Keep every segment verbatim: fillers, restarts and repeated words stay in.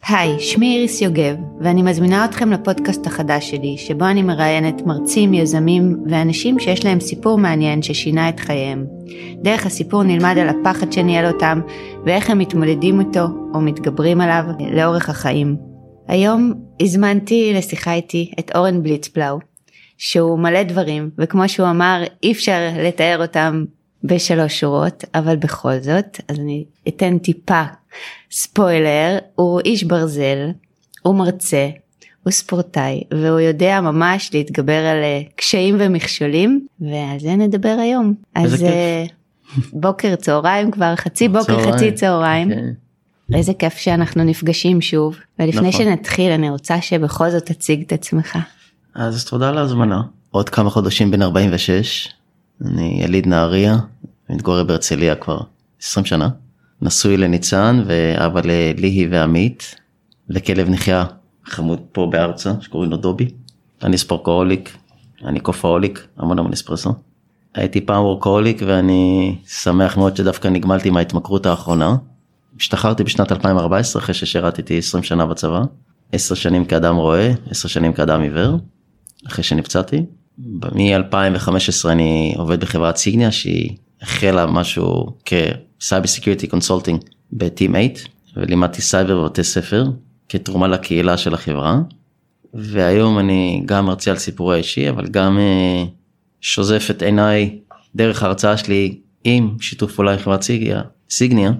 היי, שמי איריס יוגב, ואני מזמינה אתכם לפודקאסט החדש שלי, שבו אני מראיינת מרצים, יזמים ואנשים שיש להם סיפור מעניין ששינה את חייהם. דרך הסיפור נלמד על הפחד שניהל אותם, ואיך הם מתמודדים איתו או מתגברים עליו לאורך החיים. היום הזמנתי לשיחה איתי את אורן בליצבלאו, שהוא מלא דברים, וכמו שהוא אמר, אי אפשר לתאר אותם בשלוש שורות, אבל בכל זאת, אז אני אתן טיפה ספוילר, הוא איש ברזל, הוא מרצה, הוא ספורטאי, והוא יודע ממש להתגבר על קשיים ומכשולים, ועל זה נדבר היום. אז בוקר צהריים כבר, חצי בוקר חצי צהריים. איזה כיף שאנחנו נפגשים שוב, ולפני שנתחיל אני רוצה שבכל זאת תציג את עצמך. אז תודה על ההזמנה. עוד כמה חודשים בין ארבעים ושש, אני יליד נהריה, מתגורר בהרצליה כבר עשרים שנה. נשוי לניצן ואבא לליהי ועמית, וכלב נחיה חמוד פה בארצה שקוראים לו דובי. אני ספורקהוליק, אני קופהוליק, המון המון אספרסו. הייתי פעם וורקהוליק ואני שמח מאוד שדווקא נגמלתי מההתמכרות האחרונה. השתחררתי בשנת אלפיים וארבע עשרה אחרי ששירתתי עשרים שנה בצבא, עשר שנים כאדם רואה, עשר שנים כאדם עיוור, אחרי שנפצעתי. מ-אלפיים וחמש עשרה אני עובד בחברת סיגניה שהיא החלה משהו כסייבר סקיוריטי קונסולטינג בטים שמונה, ולימדתי סייבר בבתי ספר כתרומה לקהילה של החברה, והיום אני גם מרצה על סיפורי אישי, אבל גם uh, שוזף את עיניי דרך ההרצאה שלי עם שיתוף פעולה עם חברת סיגניה, סיגניה,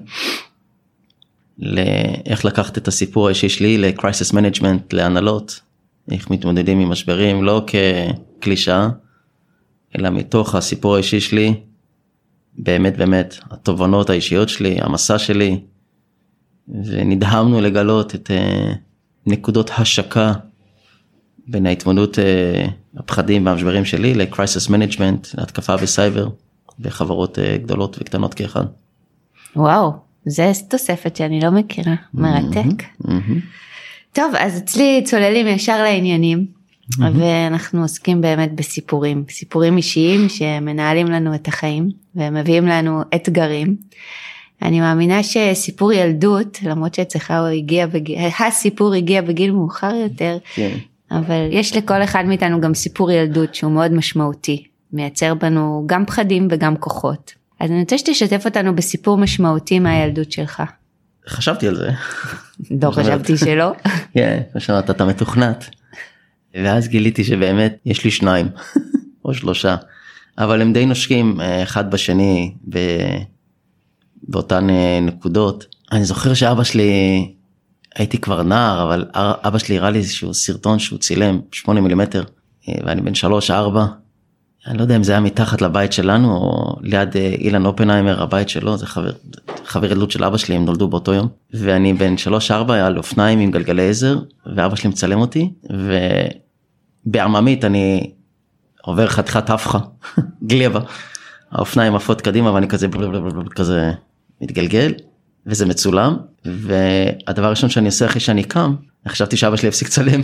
לאיך לקחת את הסיפור האישי שלי לקרייסיס מנג'מנט, להנהלות, איך מתמודדים עם משברים, לא כקלישה, אלא מתוך הסיפור האישי שלי, באמת באמת, התובנות האישיות שלי, המסע שלי, ונדהמנו לגלות את uh, נקודות השקה, בין ההתמודדות uh, הפחדים והמשברים שלי, לקרייסיס מנג'מנט, להתקפה בסייבר, בחברות uh, גדולות וקטנות כאחד. וואו, זה תוספת שאני לא מכירה, מרתק. Mm-hmm, mm-hmm. טוב, אז אצלי צוללים ישר לעניינים, mm-hmm. ואנחנו עוסקים באמת בסיפורים, סיפורים אישיים שמנהלים לנו את החיים, ומביאים לנו אתגרים. אני מאמינה שסיפור ילדות, למרות שאצלך הוא הגיע בגיל, הסיפור הגיע בגיל מאוחר יותר, כן. אבל יש לכל אחד מאיתנו גם סיפור ילדות שהוא מאוד משמעותי, מייצר בנו גם פחדים וגם כוחות. אז אני רוצה שתשתף אותנו בסיפור משמעותי מהילדות שלך. חשבתי על זה. לא חשבתי שלא. כן, חשבת, אתה מתוכנת. ואז גיליתי שבאמת יש לי שניים, או שלושה. אבל הם די נושקים אחד בשני, באותן נקודות. אני זוכר שאבא שלי, הייתי כבר נער, אבל אבא שלי הראה לי איזשהו סרטון שהוא צילם, שמונה מילימטר, ואני בן שלוש, ארבע. אני לא יודע אם זה היה מתחת לבית שלנו, או ליד אילן אופנהיימר, הבית שלו, זה חבר, חבר ילדות של אבא שלי, הם נולדו באותו יום. ואני בן שלוש, ארבע, היה על אופניים עם גלגלי עזר, ואבא שלי מצלם אותי, ובעממית אני עובר חתיכת הפכה, גליבה. האופניים עפות קדימה, ואני כזה, כזה מתגלגל, וזה מצולם. והדבר הראשון שאני עושה אחרי שאני קם, חשבתי שאבא שלי הפסיק צלם.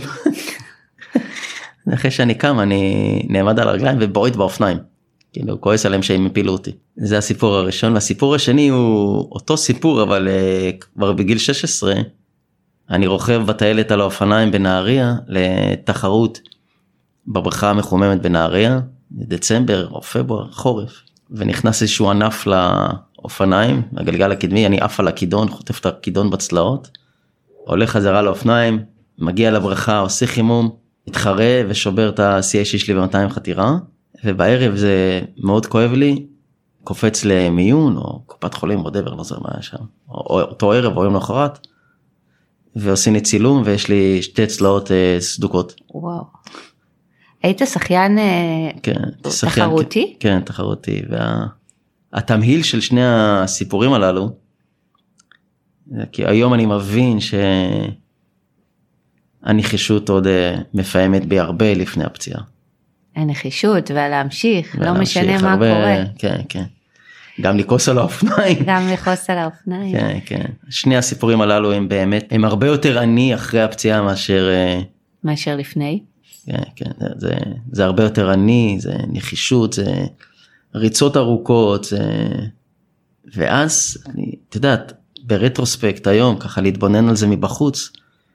אחרי שאני קם, אני נעמד על הרגליים ובועט באופניים. כאילו, כועס עליהם שהם הפילו אותי. זה הסיפור הראשון, והסיפור השני הוא אותו סיפור, אבל uh, כבר בגיל שש עשרה, אני רוכב בטיילת על האופניים בנהריה, לתחרות בבריכה המחוממת בנהריה, דצמבר או פברואר, חורף, ונכנס איזשהו ענף לאופניים, הגלגל הקדמי, אני עף על הכידון, חוטף את הכידון בצלעות, הולך חזרה לאופניים, מגיע לבריכה, עושה חימום, מתחרה ושובר את ה-סי איי שלי ב-מאתיים חתירה, ובערב זה מאוד כואב לי, קופץ למיון או קופת חולים, או דבר, לא זוכר מה היה שם, או אותו ערב או יום לאחרת, ועושים לי צילום ויש לי שתי צלעות אה, סדוקות. וואו. היית שחיין כן, תחרותי? כן, כן, תחרותי, והתמהיל של שני הסיפורים הללו, כי היום אני מבין ש... הנחישות עוד מפעמת בי הרבה לפני הפציעה. הנחישות ולהמשיך, לא משנה מה קורה. כן, כן. גם לכוס על האופניים. גם לכוס על האופניים. כן, כן. שני הסיפורים הללו הם באמת, הם הרבה יותר עני אחרי הפציעה מאשר... מאשר לפני. כן, כן. זה, זה הרבה יותר עני, זה נחישות, זה ריצות ארוכות, זה... ואז, אני, את יודעת, ברטרוספקט היום, ככה להתבונן על זה מבחוץ,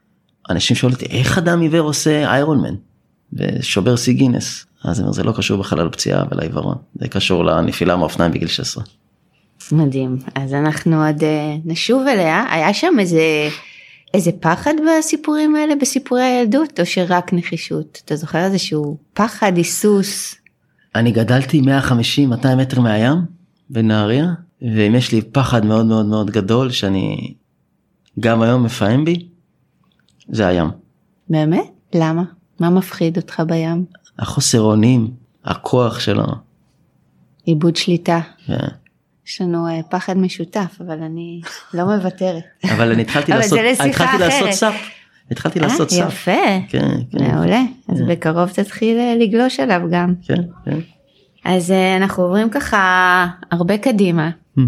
אנשים שואלים אותי, איך אדם עיוור עושה איירון מן? ושובר סי גינס. אז זה לא קשור בכלל לפציעה ולעיוורון. זה קשור לנפילה מאופניים בגיל שש עשרה. מדהים. אז אנחנו עוד נשוב אליה. היה שם איזה, איזה פחד בסיפורים האלה, בסיפורי הילדות, או שרק נחישות? אתה זוכר איזשהו פחד, היסוס? אני גדלתי מאה וחמישים מאתיים מטר מהים, בנהריה, ואם יש לי פחד מאוד מאוד מאוד גדול, שאני גם היום מפעם בי, זה הים. באמת? למה? מה מפחיד אותך בים? החוסר אונים, הכוח שלו. עיבוד שליטה. כן. יש לנו פחד משותף, אבל אני לא מוותרת. אבל אני התחלתי לעשות, התחלתי לעשות סאפ. התחלתי לעשות סאפ. יפה. כן, כן. מעולה. אז בקרוב תתחיל לגלוש עליו גם. כן, כן. אז אנחנו עוברים ככה הרבה קדימה.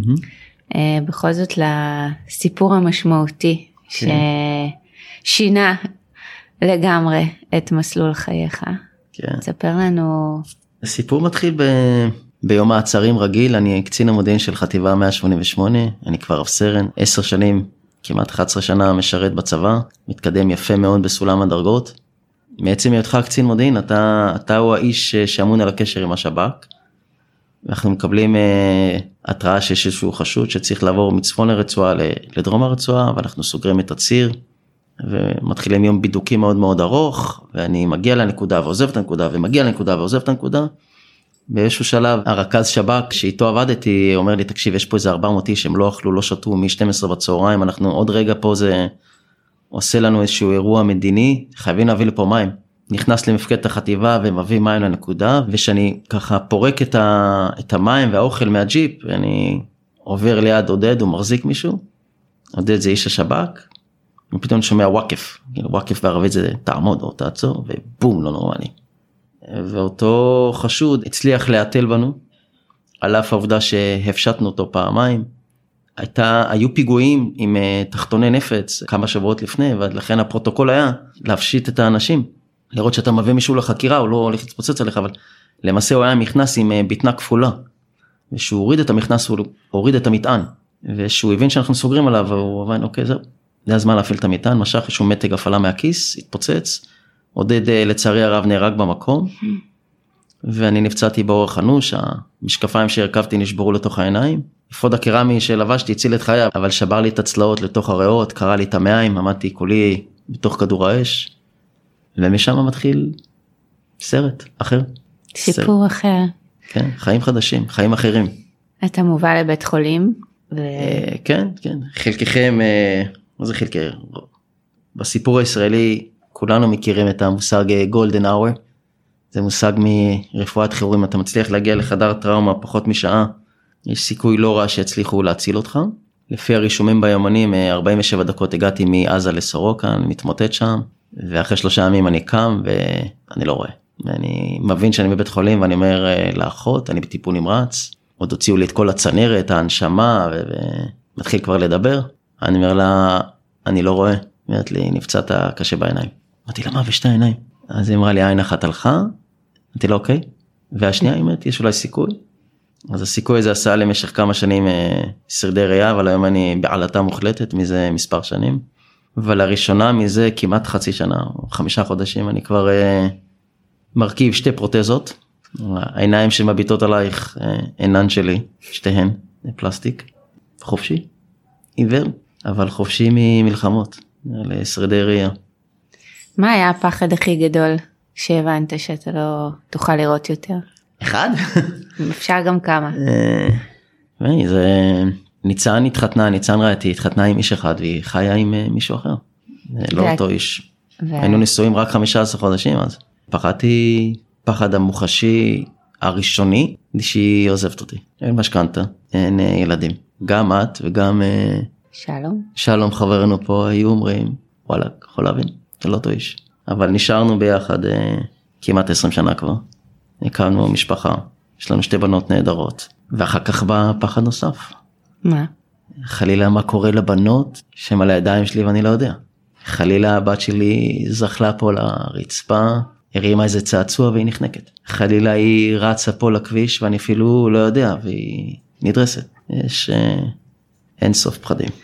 בכל זאת לסיפור המשמעותי, ששינה לגמרי את מסלול חייך. כן. תספר לנו. הסיפור מתחיל ב... ביום העצרים רגיל, אני קצין המודיעין של חטיבה מאה שמונים ושמונה, אני כבר רב סרן, עשר שנים, כמעט אחת עשרה שנה משרת בצבא, מתקדם יפה מאוד בסולם הדרגות. מעצם היותך קצין מודיעין, אתה, אתה הוא האיש שאמון על הקשר עם השב"כ, ואנחנו מקבלים uh, התראה שיש איזשהו חשוד שצריך לעבור מצפון הרצועה לדרום הרצועה, ואנחנו סוגרים את הציר, ומתחילים יום בידוקים מאוד מאוד ארוך, ואני מגיע לנקודה ועוזב את הנקודה, ומגיע לנקודה ועוזב את הנקודה, באיזשהו שלב הרכז שב"כ שאיתו עבדתי אומר לי, תקשיב, יש פה איזה ארבע מאות איש, הם לא אכלו, לא שתו מ-שתים עשרה בצהריים, אנחנו עוד רגע פה זה עושה לנו איזשהו אירוע מדיני, חייבים להביא לפה מים. נכנס למפקדת החטיבה ומביא מים לנקודה, ושאני ככה פורק את, ה, את המים והאוכל מהג'יפ, ואני עובר ליד עודד, הוא מחזיק מישהו, עודד זה איש השב"כ, ופתאום שומע וואקף, וואקף בערבית זה תעמוד או תעצור, ובום, לא נורמלי. ואותו חשוד הצליח להטל בנו, על אף העובדה שהפשטנו אותו פעמיים, הייתה, היו פיגועים עם תחתוני נפץ כמה שבועות לפני, ולכן הפרוטוקול היה להפשיט את האנשים, לראות שאתה מביא מישהו לחקירה, הוא לא הולך להתפוצץ עליך, אבל למעשה הוא היה מכנס עם ביטנה כפולה, ושהוא הוריד את המכנס, הוא הוריד את המטען, ושהוא הבין שאנחנו סוגרים עליו, והוא הבין, אוקיי, זהו, זה הזמן להפעיל את המטען, משך איזשהו מתג הפעלה מהכיס, התפוצץ, עודד לצערי הרב נהרג במקום, ואני נפצעתי באורח אנוש, המשקפיים שהרכבתי נשברו לתוך העיניים, אפוד הקרמי שלבשתי הציל את חיי, אבל שבר לי את הצלעות לתוך הריאות, קרע לי את המעיים, עמדתי כולי בתוך כדור האש, ומשם מתחיל סרט אחר. סיפור סרט. אחר. כן, חיים חדשים, חיים אחרים. אתה מובא לבית חולים? ו... כן, כן, חלקכם, מה זה חלקי? בסיפור הישראלי, כולנו מכירים את המושג גולדן אאואר, זה מושג מרפואת חירום, אתה מצליח להגיע לחדר טראומה פחות משעה, יש סיכוי לא רע שיצליחו להציל אותך. לפי הרישומים ביומנים, ארבעים ושבע דקות הגעתי מעזה לסורוקה, אני מתמוטט שם, ואחרי שלושה ימים אני קם ואני לא רואה. ואני מבין שאני בבית חולים ואני אומר לאחות, אני בטיפול נמרץ, עוד הוציאו לי את כל הצנרת, ההנשמה, ומתחיל כבר לדבר. אני אומר לה, אני לא רואה, אומרת לי, נפצעת קשה בעיניים. אמרתי, למה בשתי העיניים? אז היא אמרה לי, עין אחת הלכה, אמרתי לה, אוקיי, והשנייה, אמרתי, יש אולי סיכוי. אז הסיכוי הזה עשה למשך כמה שנים שרידי ראייה, אבל היום אני בעלתה מוחלטת מזה מספר שנים. ולראשונה מזה כמעט חצי שנה, או חמישה חודשים, אני כבר מרכיב שתי פרוטזות, העיניים שמביטות עלייך אינן שלי, שתיהן, פלסטיק, חופשי, עיוור, אבל חופשי ממלחמות, לשרידי ראייה. מה היה הפחד הכי גדול שהבנת שאתה לא תוכל לראות יותר? אחד? אפשר גם כמה. זה ניצן התחתנה, ניצן רעייתי התחתנה עם איש אחד והיא חיה עם מישהו אחר, לא אותו איש. היינו נשואים רק חמישה עשר חודשים, אז פחדתי פחד המוחשי הראשוני שהיא עוזבת אותי. אין משכנתה, אין ילדים. גם את וגם שלום. שלום חברנו פה היו אומרים, וואלה, יכול להבין, זה לא אותו איש. אבל נשארנו ביחד כמעט עשרים שנה כבר. הקמנו משפחה, יש לנו שתי בנות נהדרות, ואחר כך בא פחד נוסף. מה? חלילה מה קורה לבנות שהם על הידיים שלי ואני לא יודע. חלילה הבת שלי זחלה פה לרצפה, הרימה איזה צעצוע והיא נחנקת. חלילה היא רצה פה לכביש ואני אפילו לא יודע והיא נדרסת. יש אין סוף פחדים.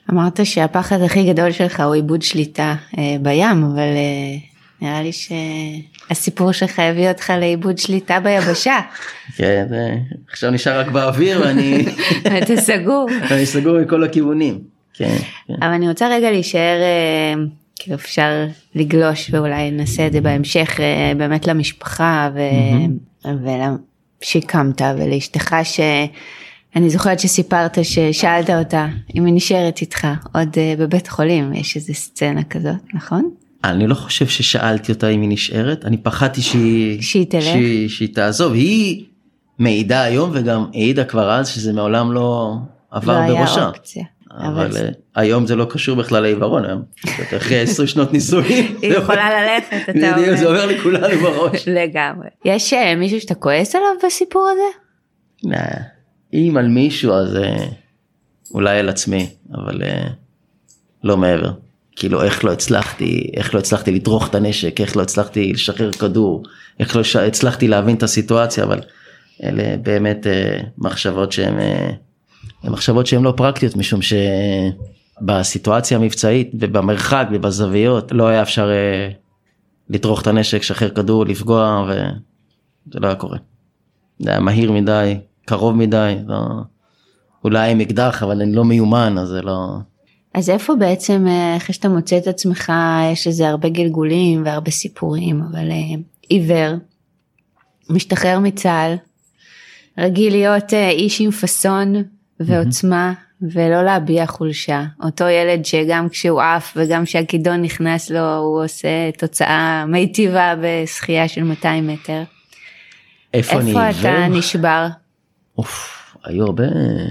אמרת שהפחד הכי גדול שלך הוא איבוד שליטה אה, בים, אבל אה, נראה לי שהסיפור שלך הביא אותך לאיבוד שליטה ביבשה. כן, זה, עכשיו נשאר רק באוויר ואני... אתה סגור. אני סגור מכל הכיוונים. כן, כן. אבל אני רוצה רגע להישאר, אה, כאילו אפשר לגלוש ואולי נעשה את זה בהמשך, אה, באמת למשפחה ו... mm-hmm. ולשיקמת ולאשתך ש... אני זוכרת שסיפרת ששאלת אותה אם היא נשארת איתך עוד בבית חולים, יש איזו סצנה כזאת, נכון? אני לא חושב ששאלתי אותה אם היא נשארת, אני פחדתי שהיא, שהיא תלך, שהיא, שהיא תעזוב, היא מעידה היום וגם העידה כבר אז שזה מעולם לא עבר לא בראשה. היה אופציה. אבל, אבל היום זה לא קשור בכלל לעיוורון היום, אחרי עשרים שנות נישואים. היא יכולה ללכת, אתה אומר. זה עובר לכולנו בראש. לגמרי. יש מישהו שאתה כועס עליו בסיפור הזה? לא. אם על מישהו אז אולי על עצמי, אבל לא מעבר. כאילו איך לא הצלחתי, איך לא הצלחתי לדרוך את הנשק, איך לא הצלחתי לשחרר כדור, איך לא הצלחתי להבין את הסיטואציה, אבל אלה באמת מחשבות שהן, מחשבות שהן לא פרקטיות, משום שבסיטואציה המבצעית ובמרחק ובזוויות לא היה אפשר לדרוך את הנשק, לשחרר כדור, לפגוע, וזה לא היה קורה. זה היה מהיר מדי. קרוב מדי, לא, אולי עם אקדח, אבל אני לא מיומן, אז זה לא... אז איפה בעצם, אחרי שאתה מוצא את עצמך, יש איזה הרבה גלגולים והרבה סיפורים, אבל עיוור, משתחרר מצה"ל, רגיל להיות איש עם פסון ועוצמה, ולא להביע חולשה. אותו ילד שגם כשהוא עף וגם כשהכידון נכנס לו, הוא עושה תוצאה מיטיבה בשחייה של מאתיים מטר. איפה, איפה אני אתה עיוור? נשבר? אוף, היו הרבה...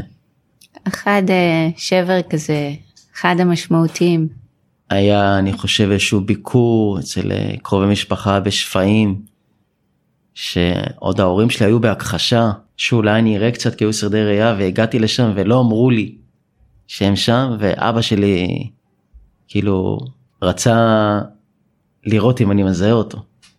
אחד שבר כזה, אחד המשמעותיים. היה, אני חושב, איזשהו ביקור אצל קרובי משפחה בשפעים, שעוד ההורים שלי היו בהכחשה, שאולי אני אראה קצת כי היו שרדי ראייה, והגעתי לשם ולא אמרו לי שהם שם, ואבא שלי כאילו רצה לראות אם אני מזהה אותו.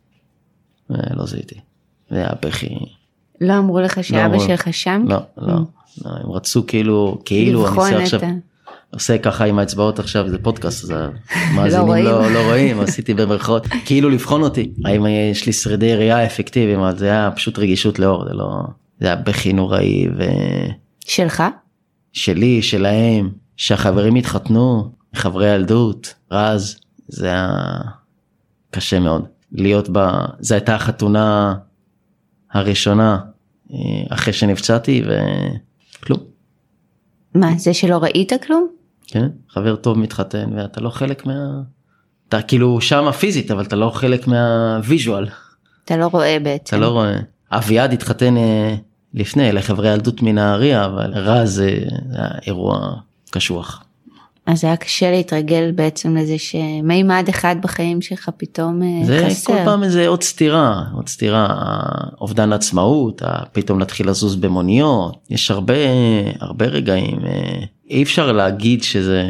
ולא זהיתי, זה היה בכי... לא אמרו לך שאבא שלך שם? לא, לא, לא, הם רצו כאילו, כאילו, אני עושה עכשיו, עושה ככה עם האצבעות עכשיו, זה פודקאסט, אז המאזינים לא רואים, עשיתי במרכאות, כאילו לבחון אותי, האם יש לי שרידי ראייה אפקטיביים, אבל זה היה פשוט רגישות לאור, זה לא, זה היה בכי נוראי, ו... שלך? שלי, שלהם, שהחברים התחתנו, חברי ילדות, רז, זה היה קשה מאוד, להיות בה, זו הייתה החתונה הראשונה, אחרי שנפצעתי וכלום. מה, זה שלא ראית כלום? כן, חבר טוב מתחתן ואתה לא חלק מה... אתה כאילו שם פיזית, אבל אתה לא חלק מהוויז'ואל. אתה לא רואה בעצם. אתה לא רואה. אביעד התחתן לפני, לחברי ילדות מנהריה, אבל רז זה אירוע קשוח. אז היה קשה להתרגל בעצם לזה שמימד אחד בחיים שלך פתאום זה חסר. כל פעם איזה עוד סתירה, עוד סתירה, אובדן עצמאות, פתאום להתחיל לזוז במוניות, יש הרבה, הרבה רגעים, אי אפשר להגיד שזה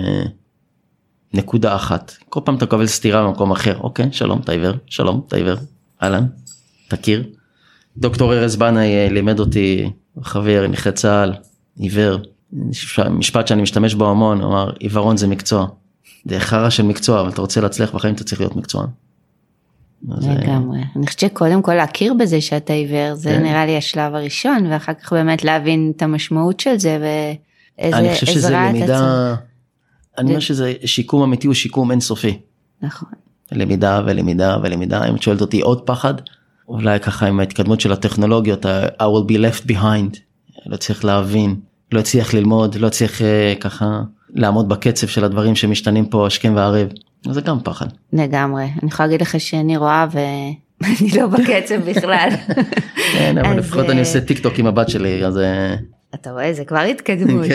נקודה אחת, כל פעם אתה קבל סתירה במקום אחר, אוקיי, שלום, תעיוור, שלום, תעיוור, אהלן, תכיר. דוקטור ארז בנאי לימד אותי, חבר, נכה צה"ל, עיוור, משפט שאני משתמש בו המון, הוא אמר, עיוורון זה מקצוע, זה חרא של מקצוע, אבל אתה רוצה להצליח בחיים, אתה צריך להיות מקצוען. לגמרי, אני חושבת שקודם כל להכיר בזה שאתה עיוור, זה נראה לי השלב הראשון, ואחר כך באמת להבין את המשמעות של זה, ואיזה עזרה אתה צריך. אני חושב שזה למידה, אני אומר שזה שיקום אמיתי, הוא שיקום אינסופי. נכון. למידה ולמידה ולמידה, אם את שואלת אותי עוד פחד, אולי ככה עם ההתקדמות של הטכנולוגיות, I will be left behind, לא צריך להבין. לא הצליח ללמוד, לא צריך uh, ככה לעמוד בקצב של הדברים שמשתנים פה השכם והערב. זה גם פחד. לגמרי. אני יכולה להגיד לך שאני רואה ואני לא בקצב בכלל. כן, אבל לפחות אני עושה טיק טוק עם הבת שלי, אז... אתה רואה, זה כבר התקדמות.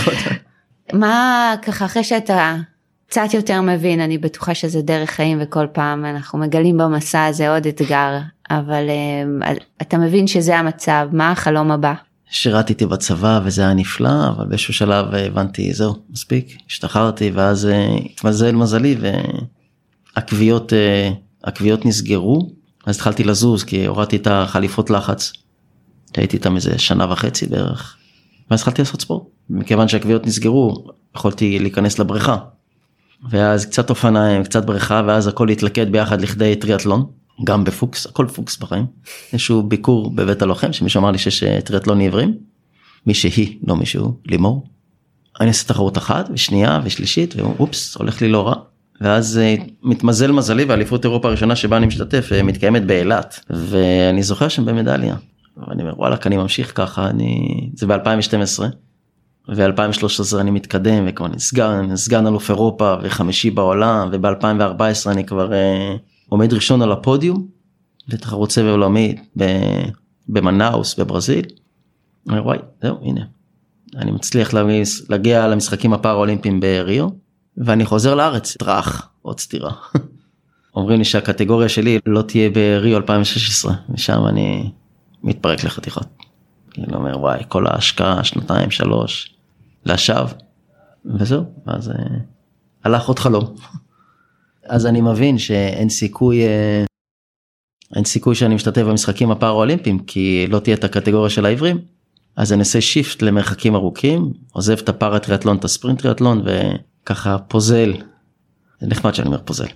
מה ככה אחרי שאתה קצת יותר מבין, אני בטוחה שזה דרך חיים וכל פעם אנחנו מגלים במסע הזה עוד אתגר, אבל אתה מבין שזה המצב, מה החלום הבא? שירתתי בצבא וזה היה נפלא, אבל באיזשהו שלב הבנתי, זהו, מספיק, השתחררתי, ואז התמזל מזלי, והקביעות, הקביעות נסגרו, אז התחלתי לזוז, כי הורדתי את החליפות לחץ, הייתי איתם איזה שנה וחצי בערך, ואז התחלתי לעשות ספורט, מכיוון שהקביעות נסגרו, יכולתי להיכנס לבריכה. ואז קצת אופניים, קצת בריכה, ואז הכל התלכד ביחד לכדי טריאטלון, גם בפוקס, הכל פוקס בחיים. איזשהו ביקור בבית הלוחם, שמישהו אמר לי שיש טריאטלון עיוורים, מישהי, לא מישהו, לימור. אני אעשה תחרות אחת, ושנייה, ושלישית, ואופס, הולך לי לא רע. ואז מתמזל מזלי, והאליפות אירופה הראשונה שבה אני משתתף, מתקיימת באילת, ואני זוכר שם במדליה. ואני אומר, וואלה, אני ממשיך ככה, אני... זה ב-אלפיים ושתים עשרה, ו-אלפיים ושלוש עשרה אני מתקדם, וכבר נסגן, סגן אלוף אירופה, וחמישי בעולם, וב-אלפיים וארבע עשרה אני כבר אה, עומד ראשון על הפודיום, ותחרות סבב עולמי במנאוס, בברזיל. אני אומר, וואי, זהו, הנה. אני מצליח להגיע למשחקים הפאראלימפיים בריו, ואני חוזר לארץ, טרח, עוד סתירה. אומרים לי שהקטגוריה שלי לא תהיה בריו אלפיים ושש עשרה, ושם אני מתפרק לחתיכות. אני אומר, וואי, כל ההשקעה, שנתיים, שלוש, לשווא, וזהו, ואז הלך עוד חלום. אז אני מבין שאין סיכוי, אין סיכוי שאני משתתף במשחקים הפאראלימפיים, כי לא תהיה את הקטגוריה של העברים, אז אני אעשה שיפט למרחקים ארוכים, עוזב את הפארה טריאטלון, את הספרינט טריאטלון, וככה פוזל, זה נחמד שאני אומר פוזל.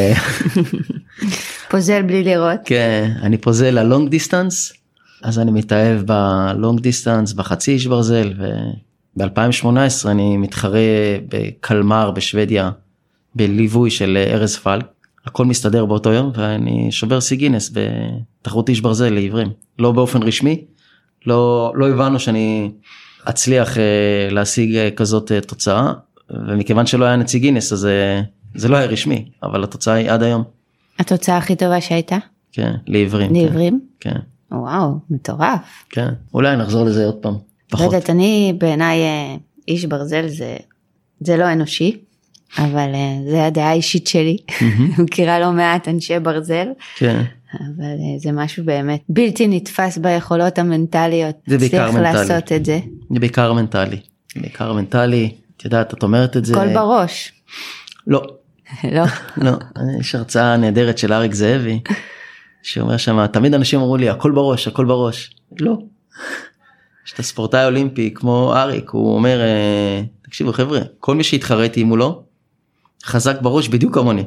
פוזל בלי לראות. כן, אני פוזל ללונג דיסטנס, אז אני מתאהב בלונג דיסטנס, בחצי איש ברזל, וב-אלפיים שמונה עשרה אני מתחרה בקלמר בשוודיה, בליווי של ארז פלק, הכל מסתדר באותו יום, ואני שובר סי גינס בתחרות איש ברזל לעברים, לא באופן רשמי, לא, לא הבנו שאני אצליח להשיג כזאת תוצאה, ומכיוון שלא היה נציג גינס, אז זה לא היה רשמי, אבל התוצאה היא עד היום. התוצאה הכי טובה שהייתה? כן, לעברים. לעברים? כן. וואו, מטורף. כן, אולי נחזור לזה עוד פעם. פחות. יודעת, אני בעיניי איש ברזל זה, זה לא אנושי, אבל זה הדעה האישית שלי. מכירה לא מעט אנשי ברזל. כן. אבל זה משהו באמת בלתי נתפס ביכולות המנטליות. זה בעיקר מנטלי. לעשות את זה. זה בעיקר מנטלי. בעיקר מנטלי, את יודעת, את אומרת את זה. כל בראש. לא. לא. לא, יש הרצאה נהדרת של אריק זאבי, שאומר שם, תמיד אנשים אמרו לי, הכל בראש, הכל בראש. לא. יש את הספורטאי אולימפי, כמו אריק, הוא אומר, תקשיבו חבר'ה, כל מי שהתחרתי מולו, חזק בראש בדיוק כמוני.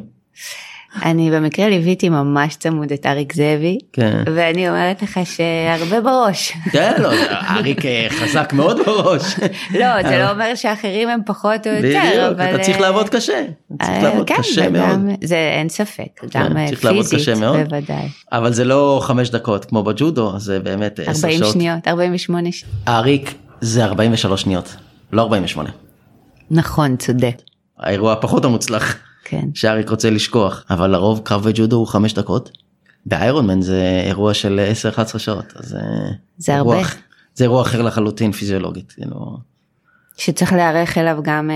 אני במקרה ליוויתי ממש צמוד את אריק זאבי, כן. ואני אומרת לך שהרבה בראש. כן, לא, אריק חזק מאוד בראש. לא, זה לא אומר שאחרים הם פחות או יותר. בדיוק, אתה צריך לעבוד קשה. צריך לעבוד קשה מאוד. זה אין ספק, גם פיזית, בוודאי. אבל זה לא חמש דקות כמו בג'ודו, זה באמת עשר שעות. ארבעים שניות, ארבעים ושמונה שניות. אריק זה ארבעים ושלוש שניות, לא ארבעים ושמונה. נכון, צודק. האירוע הפחות המוצלח. כן. שאריק רוצה לשכוח, אבל לרוב קרב וג'ודו הוא חמש דקות, באיירונמן זה אירוע של עשר אחת עשרה שעות, אז זה הרבה. זה אירוע אחר לחלוטין פיזיולוגית. שצריך להיערך אליו גם,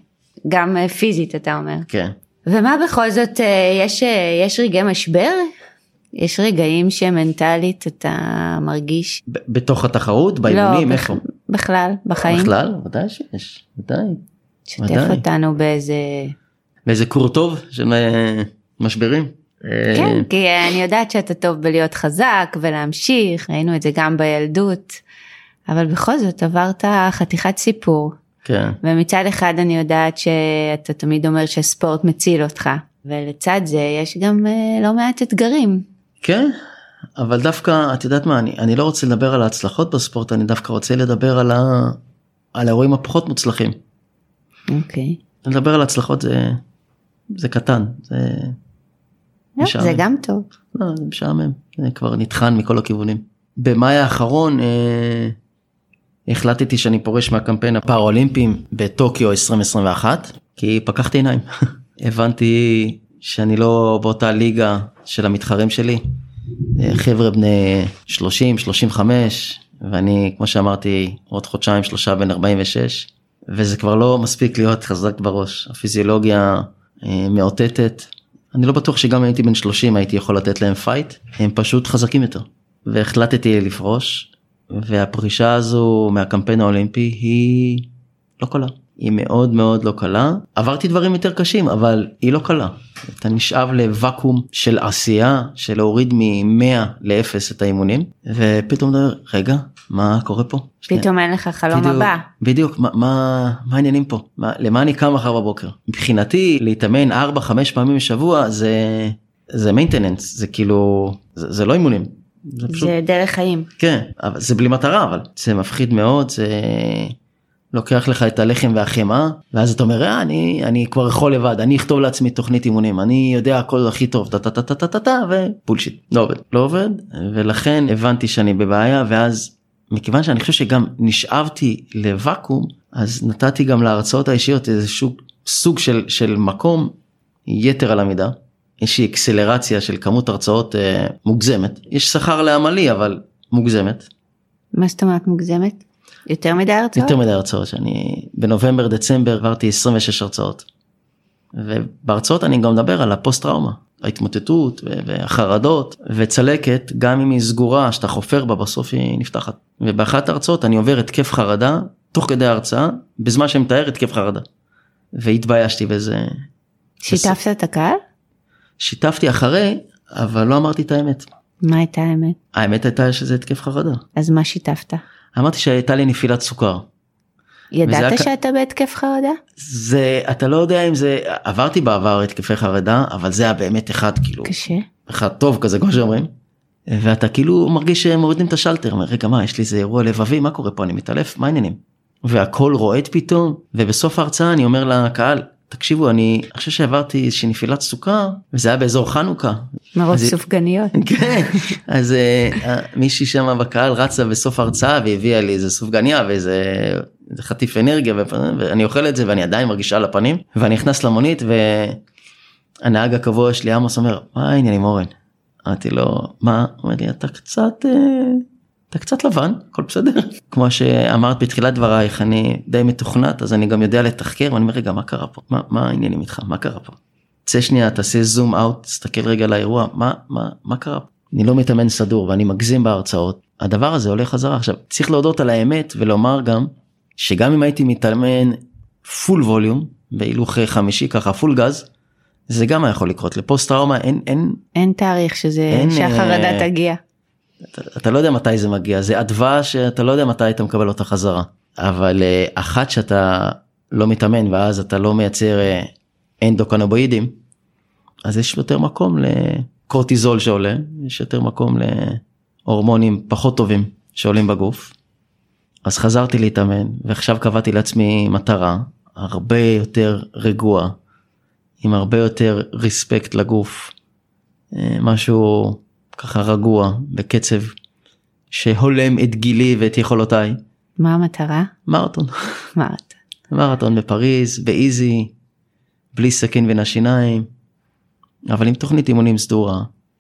גם פיזית, אתה אומר. כן. ומה בכל זאת, יש, יש רגעי משבר? יש רגעים שמנטלית אתה מרגיש? בתוך התחרות, באימונים, לא, איפה? בכלל, בחיים. בכלל, ודאי שיש, ודאי. שתף אותנו באיזה... באיזה קור טוב של משברים. כן, כי אני יודעת שאתה טוב בלהיות חזק ולהמשיך, ראינו את זה גם בילדות, אבל בכל זאת עברת חתיכת סיפור. כן. ומצד אחד אני יודעת שאתה תמיד אומר שספורט מציל אותך, ולצד זה יש גם לא מעט אתגרים. כן, אבל דווקא, את יודעת מה, אני, אני לא רוצה לדבר על ההצלחות בספורט, אני דווקא רוצה לדבר על, ה, על האירועים הפחות מוצלחים. אוקיי. לדבר על הצלחות זה... זה קטן, זה משעמם. זה גם טוב. לא, זה משעמם, זה כבר נטחן מכל הכיוונים. במאי האחרון אה, החלטתי שאני פורש מהקמפיין הפאראלימפיים בטוקיו עשרים עשרים ואחת, כי פקחתי עיניים. הבנתי שאני לא באותה ליגה של המתחרים שלי, חבר'ה בני שלושים שלושים וחמש, ואני כמו שאמרתי עוד חודשיים שלושה בין ארבעים ושש, וזה כבר לא מספיק להיות חזק בראש, הפיזיולוגיה מאותתת, אני לא בטוח שגם הייתי בן שלושים הייתי יכול לתת להם פייט, הם פשוט חזקים יותר, והחלטתי לפרוש, והפרישה הזו מהקמפיין האולימפי היא לא קלה, היא מאוד מאוד לא קלה, עברתי דברים יותר קשים, אבל היא לא קלה, אתה נשאב לוואקום של עשייה, של להוריד מ-מאה ל-אפס את האימונים, ופתאום דבר, רגע, מה קורה פה? פתאום אין לך חלום בדיוק, הבא. בדיוק, מה, מה, מה העניינים פה? מה, למה אני קם מחר בבוקר? מבחינתי, להתאמן ארבע, חמש פעמים בשבוע, זה, זה maintenance, זה כאילו, זה, זה לא אימונים. זה, פשוט, זה דרך חיים. כן, אבל זה בלי מטרה, אבל זה מפחיד מאוד, זה לוקח לך את הלחם והחמאה, ואז אתה אומר, אה, אני, אני כבר יכול לבד, אני אכתוב לעצמי תוכנית אימונים, אני יודע הכל הכי טוב, טה טה טה טה טה טה, ופולשיט, לא עובד, לא עובד, ולכן הבנתי שאני בבעיה, ואז מכיוון שאני חושב שגם נשאבתי לוואקום, אז נתתי גם להרצאות האישיות איזשהו סוג של, של מקום יתר על המידה, איזושהי אקסלרציה של כמות הרצאות אה, מוגזמת, יש שכר לעמלי אבל מוגזמת. מה זאת אומרת מוגזמת? יותר מדי הרצאות? יותר מדי הרצאות, שאני בנובמבר דצמבר עברתי עשרים ושש הרצאות, ובהרצאות אני גם מדבר על הפוסט טראומה, ההתמוטטות והחרדות וצלקת, גם אם היא סגורה שאתה חופר בה בסוף היא נפתחת, ובאחת ההרצאות אני עובר התקף חרדה תוך כדי ההרצאה, בזמן שמתאר התקף חרדה, והתביישתי בזה. שיתפת את הקהל? שיתפתי אחרי, אבל לא אמרתי את האמת. מה הייתה האמת? האמת הייתה שזה התקף חרדה. אז מה שיתפת? אמרתי שהייתה לי נפילת סוכר. ידעת וזה... שאתה בהתקף חרדה? זה, אתה לא יודע אם זה, עברתי בעבר התקפי חרדה, אבל זה היה באמת אחד כאילו. קשה. אחד טוב כזה, כמו שאומרים. ואתה כאילו מרגיש שמורידים את השלטר, אומר, רגע, מה, יש לי איזה אירוע לבבי, מה קורה פה, אני מתעלף, מה העניינים? והכל רועד פתאום, ובסוף ההרצאה אני אומר לקהל, תקשיבו, אני חושב שעברתי איזושהי נפילת סוכר, וזה היה באזור חנוכה. מרוב סופגניות. כן, אז מישהי שם בקהל רצה בסוף ההרצאה, והביאה לי איזה סופגניה, ואיזה חטיף אנרגיה, ואני אוכל את זה, ואני עדיין מרגישה על הפנים, ואני נכנס למונית, והנהג הקבוע שלי, עמוס, אומר, מה העניין עם אורן? אמרתי לו, מה? הוא אומר לי, אתה קצת... אתה קצת לבן, הכל בסדר. כמו שאמרת בתחילת דברייך, אני די מתוכנת, אז אני גם יודע לתחקר, ואני אומר, רגע, מה קרה פה? מה, מה העניינים איתך? מה קרה פה? צא שנייה, תעשה זום אאוט, תסתכל רגע לאירוע, מה, מה, מה קרה פה? אני לא מתאמן סדור, ואני מגזים בהרצאות. הדבר הזה עולה חזרה. עכשיו, צריך להודות על האמת, ולומר גם, שגם אם הייתי מתאמן פול ווליום, בהילוך חמישי, ככה פול גז, זה גם יכול לקרות. לפוסט טראומה אין, אין, אין תאריך שזה, אין, שהחרדה תגיע. אתה, אתה לא יודע מתי זה מגיע, זה עדווה שאתה לא יודע מתי אתה מקבל אותה חזרה, אבל אחת שאתה לא מתאמן ואז אתה לא מייצר אנדוקנבואידים, אז יש יותר מקום לקורטיזול שעולה, יש יותר מקום להורמונים פחות טובים שעולים בגוף, אז חזרתי להתאמן, ועכשיו קבעתי לעצמי מטרה, הרבה יותר רגוע, עם הרבה יותר ריספקט לגוף, משהו ככה רגוע, בקצב שהולם את גילי ואת יכולותיי. מה המטרה? מרתון. מרתון. מרתון בפריז, באיזי, בלי סכין בין השיניים, אבל עם תוכנית אימונים סדורה,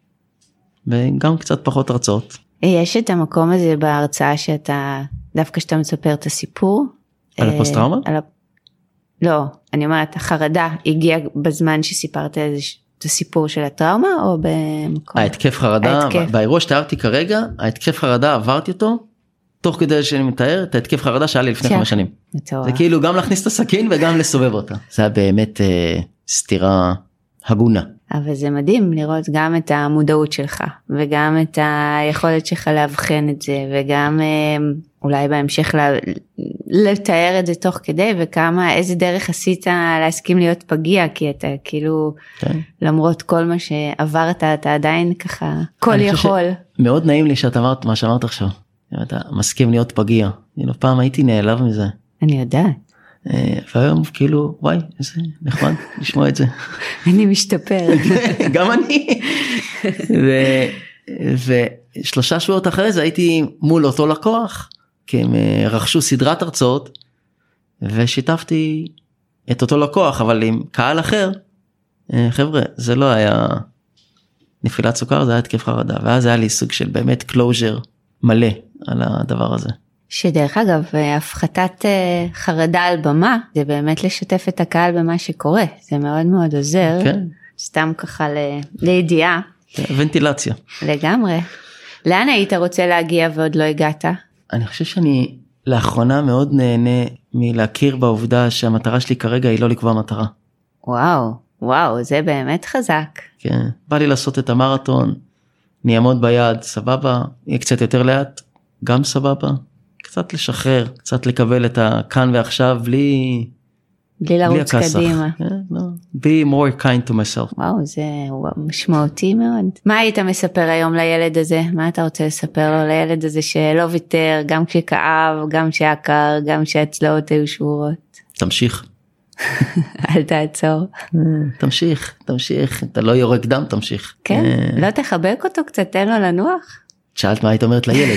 וגם קצת פחות הרצאות. יש את המקום הזה בהרצאה שאתה, דווקא שאתה מספר את הסיפור. על הפוסט טראומה? על... לא, אני אומרת, החרדה הגיעה בזמן שסיפרת איזה... את הסיפור של הטראומה או במקום? ההתקף חרדה, באירוע שתיארתי כרגע, ההתקף חרדה עברתי אותו, תוך כדי שאני מתאר את ההתקף חרדה שהיה לי לפני חמש שנים. זה כאילו גם להכניס את הסכין וגם לסובב אותה. זה היה באמת אה, סתירה הגונה. אבל זה מדהים לראות גם את המודעות שלך, וגם את היכולת שלך להבחן את זה, וגם אה, אולי בהמשך לה, לתאר את זה תוך כדי, וכמה, איזה דרך עשית להסכים להיות פגיע, כי אתה כאילו, כן. למרות כל מה שעברת, אתה עדיין ככה, כל יכול. מאוד נעים לי שאת אמרת מה שאמרת עכשיו, אתה מסכים להיות פגיע, לא פעם הייתי נעלב מזה. אני יודעת. והיום כאילו, וואי, איזה נחמד לשמוע את זה. אני משתפר. גם אני. ושלושה שבועות אחרי זה הייתי מול אותו לקוח, כי הם רכשו סדרת הרצאות, ושיתפתי את אותו לקוח, אבל עם קהל אחר, חבר'ה, זה לא היה נפילת סוכר, זה היה התקף חרדה, ואז היה לי סוג של באמת קלוז'ר מלא על הדבר הזה. שדרך אגב, הפחתת חרדה על במה, זה באמת לשתף את הקהל במה שקורה, זה מאוד מאוד עוזר, כן. סתם ככה ל... לידיעה. ונטילציה. לגמרי. לאן היית רוצה להגיע ועוד לא הגעת? אני חושב שאני לאחרונה מאוד נהנה מלהכיר בעובדה שהמטרה שלי כרגע היא לא לקבוע מטרה. וואו, וואו, זה באמת חזק. כן, בא לי לעשות את המרתון, אני אעמוד ביד, סבבה, יהיה קצת יותר לאט, גם סבבה, קצת לשחרר, קצת לקבל את הכאן ועכשיו, בלי... בלי לרוץ קדימה. Yeah, no. Be more kind to myself. וואו, זה משמעותי מאוד. מה היית מספר היום לילד הזה? מה אתה רוצה לספר לו לילד הזה שלא ויתר, גם כשכאב, גם כשהיה קר, גם כשהצלעות היו שבורות? תמשיך. אל תעצור. תמשיך, תמשיך. אתה לא יורק דם, תמשיך. כן? לא תחבק אותו קצת, תן לו לנוח? שאלת מה היית אומרת לילד.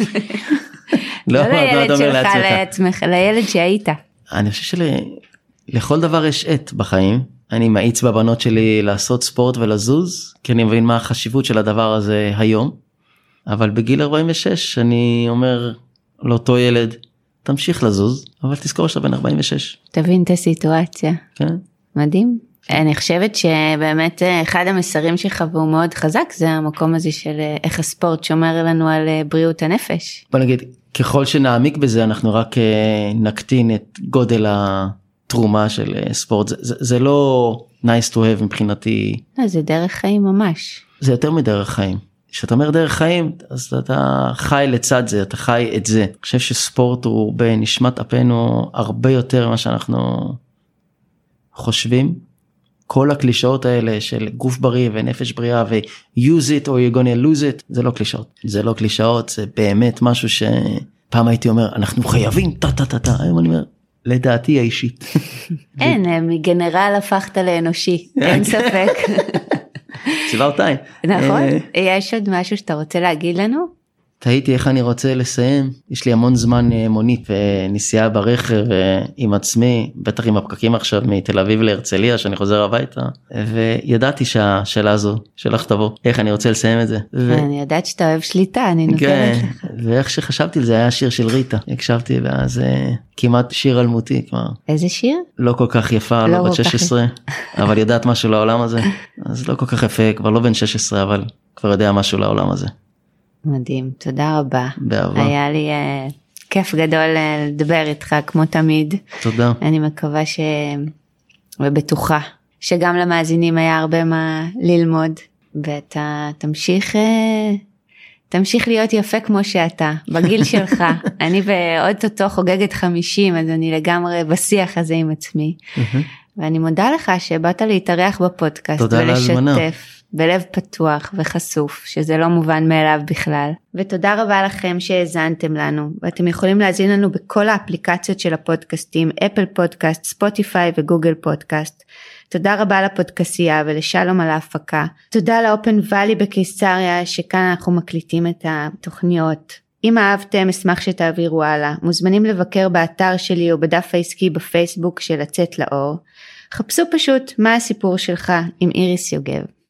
לא לילד שלך לעצמך, לילד שהיית. אני חושב שלכל דבר יש עת בחיים. אני מאיץ בבנות שלי לעשות ספורט ולזוז, כי אני מבין מה החשיבות של הדבר הזה היום. אבל בגיל ארבעים ושש אני אומר לאותו ילד, תמשיך לזוז, אבל תזכור שאתה בן ארבעים ושש. תבין את הסיטואציה. כן. מדהים. אני חושבת שבאמת אחד המסרים שלך והוא מאוד חזק, זה המקום הזה של איך הספורט שומר לנו על בריאות הנפש. בוא נגיד, ככל שנעמיק בזה, אנחנו רק נקטין את גודל התרומה של ספורט. זה, זה, זה לא nice to have מבחינתי. לא, זה דרך חיים ממש. זה יותר מדרך חיים. כשאתה אומר דרך חיים, אז אתה חי לצד זה, אתה חי את זה. אני חושב שספורט הוא בנשמת אפנו הרבה יותר ממה שאנחנו חושבים. כל הקלישאות האלה של גוף בריא ונפש בריאה ו-use it or you're gonna lose it, זה לא קלישאות. זה לא קלישאות, זה באמת משהו שפעם הייתי אומר, אנחנו חייבים, טה טה טה טה, היום אני אומר, לדעתי האישית. אין, מגנרל הפכת לאנושי, אין ספק. צבעותיים. נכון, יש עוד משהו שאתה רוצה להגיד לנו? תהיתי איך אני רוצה לסיים, יש לי המון זמן מונית ונסיעה ברכב עם עצמי, בטח עם הפקקים עכשיו מתל אביב להרצליה שאני חוזר הביתה, וידעתי שהשאלה הזו שלך תבוא, איך אני רוצה לסיים את זה. אני יודעת שאתה אוהב שליטה, אני נותנת לך. ואיך שחשבתי על זה היה שיר של ריטה, הקשבתי ואז כמעט שיר אלמותי. איזה שיר? לא כל כך יפה, לא בת שש עשרה, אבל יודעת משהו לעולם הזה, אז לא כל כך יפה, כבר לא בן שש עשרה, אבל כבר יודע משהו לעולם הזה. מדהים, תודה רבה. באהבה. היה לי uh, כיף גדול uh, לדבר איתך כמו תמיד. תודה. אני מקווה ש... ובטוחה שגם למאזינים היה הרבה מה ללמוד, ואתה תמשיך, uh, תמשיך להיות יפה כמו שאתה, בגיל שלך. אני ועוד אותו חוגגת חמישים, אז אני לגמרי בשיח הזה עם עצמי. ואני מודה לך שבאת להתארח בפודקאסט ולשתף. בלב פתוח וחשוף, שזה לא מובן מאליו בכלל. ותודה רבה לכם שהאזנתם לנו, ואתם יכולים להזין לנו בכל האפליקציות של הפודקאסטים, אפל פודקאסט, ספוטיפיי וגוגל פודקאסט. תודה רבה לפודקאסייה ולשלום על ההפקה. תודה לאופן ואלי בקיסריה, שכאן אנחנו מקליטים את התוכניות. אם אהבתם, אשמח שתעבירו הלאה. מוזמנים לבקר באתר שלי או בדף העסקי בפייסבוק של לצאת לאור. חפשו פשוט מה הסיפור שלך עם איריס יוגב.